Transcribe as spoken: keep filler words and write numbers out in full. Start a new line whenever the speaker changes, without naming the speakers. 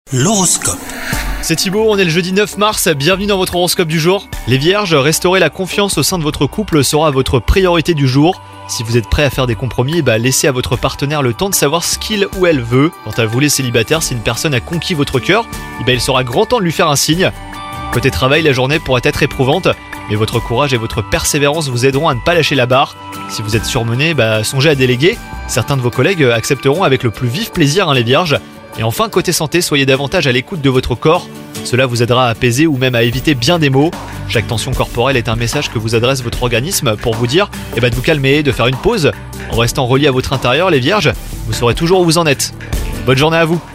L'horoscope.
C'est Thibaut, on est le jeudi neuf mars, bienvenue dans votre horoscope du jour. Les vierges, restaurer la confiance au sein de votre couple sera votre priorité du jour. Si vous êtes prêt à faire des compromis, bah laissez à votre partenaire le temps de savoir ce qu'il ou elle veut. Quant à vous les célibataires, si une personne a conquis votre cœur, bah il sera grand temps de lui faire un signe. Côté travail, la journée pourrait être éprouvante, mais votre courage et votre persévérance vous aideront à ne pas lâcher la barre. Si vous êtes surmené, bah songez à déléguer. Certains de vos collègues accepteront avec le plus vif plaisir hein, les vierges. Et enfin, côté santé, soyez davantage à l'écoute de votre corps. Cela vous aidera à apaiser ou même à éviter bien des maux. Chaque tension corporelle est un message que vous adresse votre organisme pour vous dire eh ben, de vous calmer, de faire une pause. En restant relié à votre intérieur, les vierges, vous saurez toujours où vous en êtes. Bonne journée à vous!